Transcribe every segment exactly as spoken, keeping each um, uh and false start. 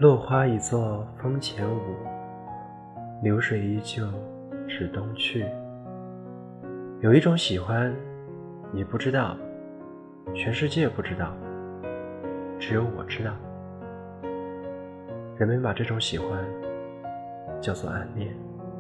落花一作风前舞，流水依旧指东去。有一种喜欢，你不知道，全世界不知道，只有我知道。人们把这种喜欢叫做暗恋。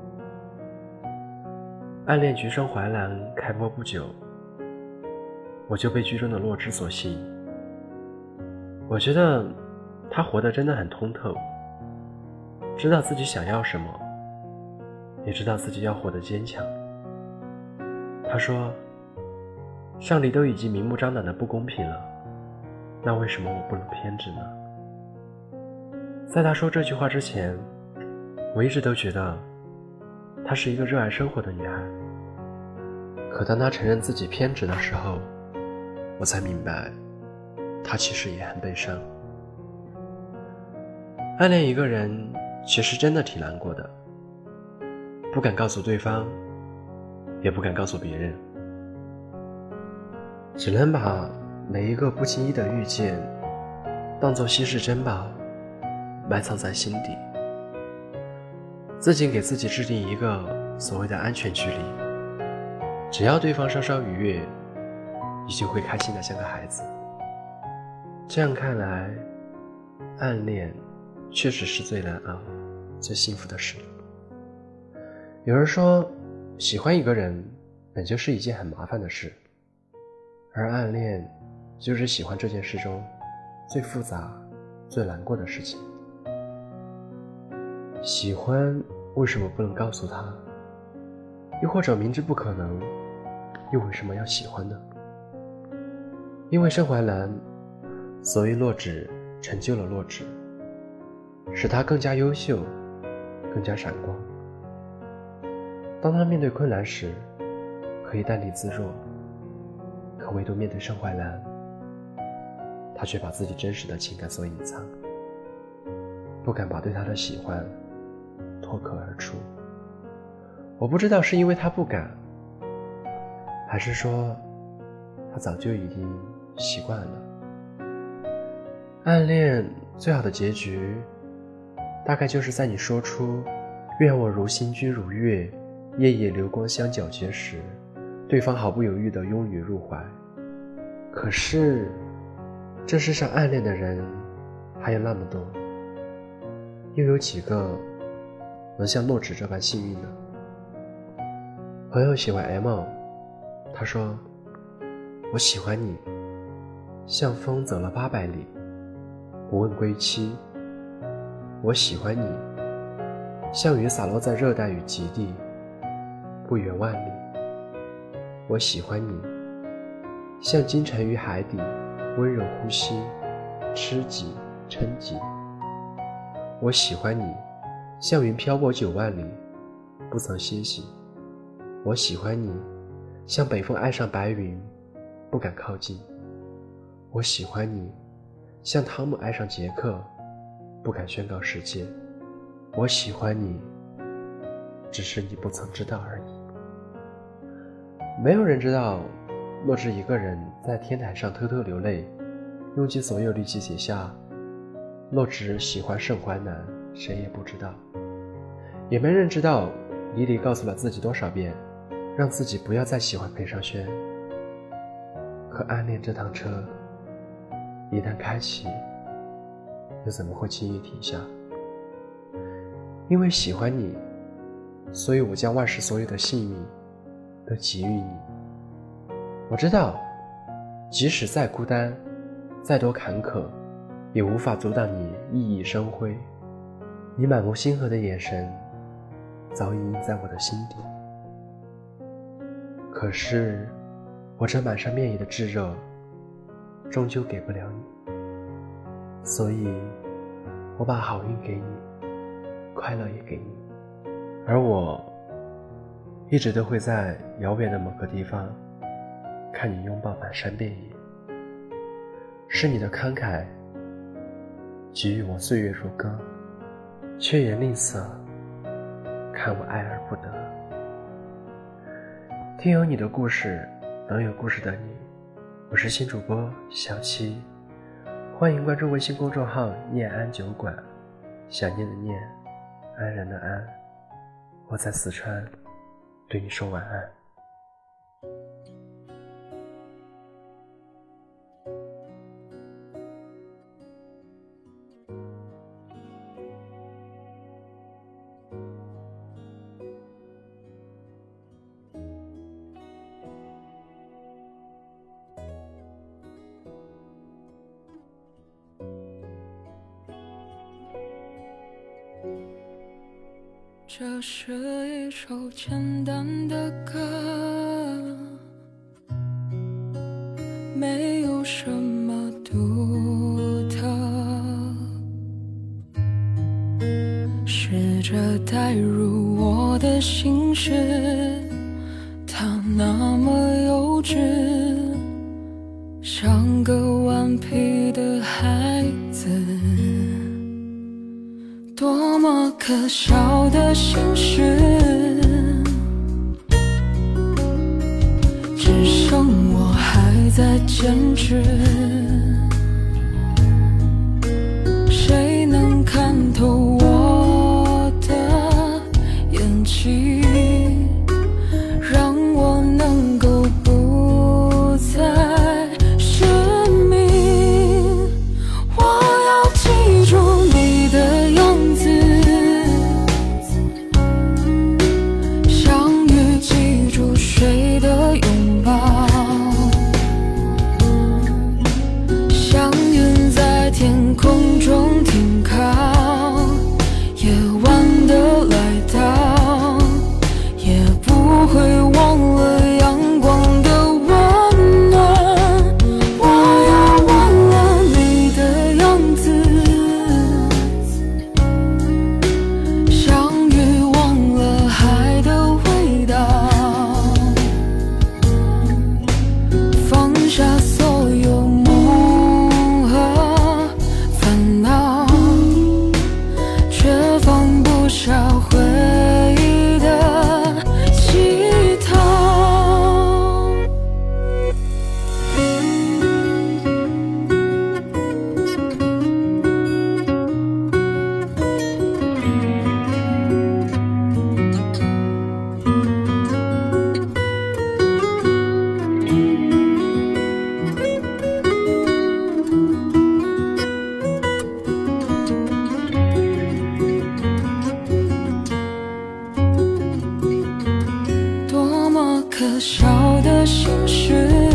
暗恋橘生淮蓝开播不久，我就被剧中的洛枳所吸引。我觉得他活得真的很通透，知道自己想要什么，也知道自己要活得坚强。他说，上帝都已经明目张胆的不公平了，那为什么我不能偏执呢？在他说这句话之前，我一直都觉得她是一个热爱生活的女孩。可当她承认自己偏执的时候，我才明白她其实也很悲伤。暗恋一个人其实真的挺难过的，不敢告诉对方，也不敢告诉别人，只能把每一个不经意的遇见当作稀世珍宝埋藏在心底，自己给自己制定一个所谓的安全距离，只要对方稍稍愉悦，你就会开心的像个孩子。这样看来，暗恋确实是最难熬最幸福的事。有人说，喜欢一个人本就是一件很麻烦的事，而暗恋就是喜欢这件事中最复杂最难过的事情。喜欢为什么不能告诉他？又或者明知不可能，又为什么要喜欢呢？因为生淮蓝，所以洛枳成就了洛枳，使他更加优秀，更加闪光。当他面对困难时，可以淡定自若，可唯独面对生淮蓝，他却把自己真实的情感所隐藏，不敢把对他的喜欢脱口而出。我不知道是因为他不敢，还是说他早就已经习惯了。暗恋最好的结局，大概就是在你说出愿我如星君如月，夜夜流光相皎洁时，对方毫不犹豫地拥你入怀。可是这世上暗恋的人还有那么多，又有几个能像洛枳这般幸运呢？朋友喜欢 M， 他说，我喜欢你，像风走了八百里，不问归期。我喜欢你，像雨洒落在热带与极地，不远万里。我喜欢你，像金沉于海底，温柔呼吸，吃己撑己。我喜欢你，像云漂泊九万里，不曾歇息。我喜欢你，像北风爱上白云，不敢靠近。我喜欢你，像汤姆爱上杰克，不敢宣告世界。我喜欢你，只是你不曾知道而已。没有人知道，洛枳一个人在天台上偷偷流泪，用尽所有力气写下洛枳喜欢盛淮南，谁也不知道。也没人知道李李告诉了自己多少遍，让自己不要再喜欢裴尚轩。可暗恋这趟车一旦开启，又怎么会轻易停下？因为喜欢你，所以我将万世所有的幸运都给予你。我知道，即使再孤单，再多坎坷，也无法阻挡你熠熠生辉。你满目星河的眼神早已印在我的心底。可是我这满山遍野的炙热终究给不了你，所以我把好运给你，快乐也给你，而我一直都会在遥远的某个地方看你拥抱满山遍野。是你的慷慨给予我岁月如歌，却也吝啬看我爱而不得。听有你的故事，等有故事的你。我是新主播小七，欢迎关注微信公众号念安酒馆， 想念的念，安然的安。我在四川对你说晚安。 这是一首简单的歌，没有什么独特，试着带入我的心事，它那么幼稚，像个顽皮的孩子，多么可笑的心事，只剩我还在坚持。谁能看透我的演技，让我能够不再失明？我要记住你的样子，相遇记住谁的拥抱，像云在天空中停靠，夜晚的来到，也不会忘了阳光的温暖。我要忘了你的样子，相遇忘了海的味道，放下所有梦和烦恼，却放不下回忆的乞讨。多么可笑的心事，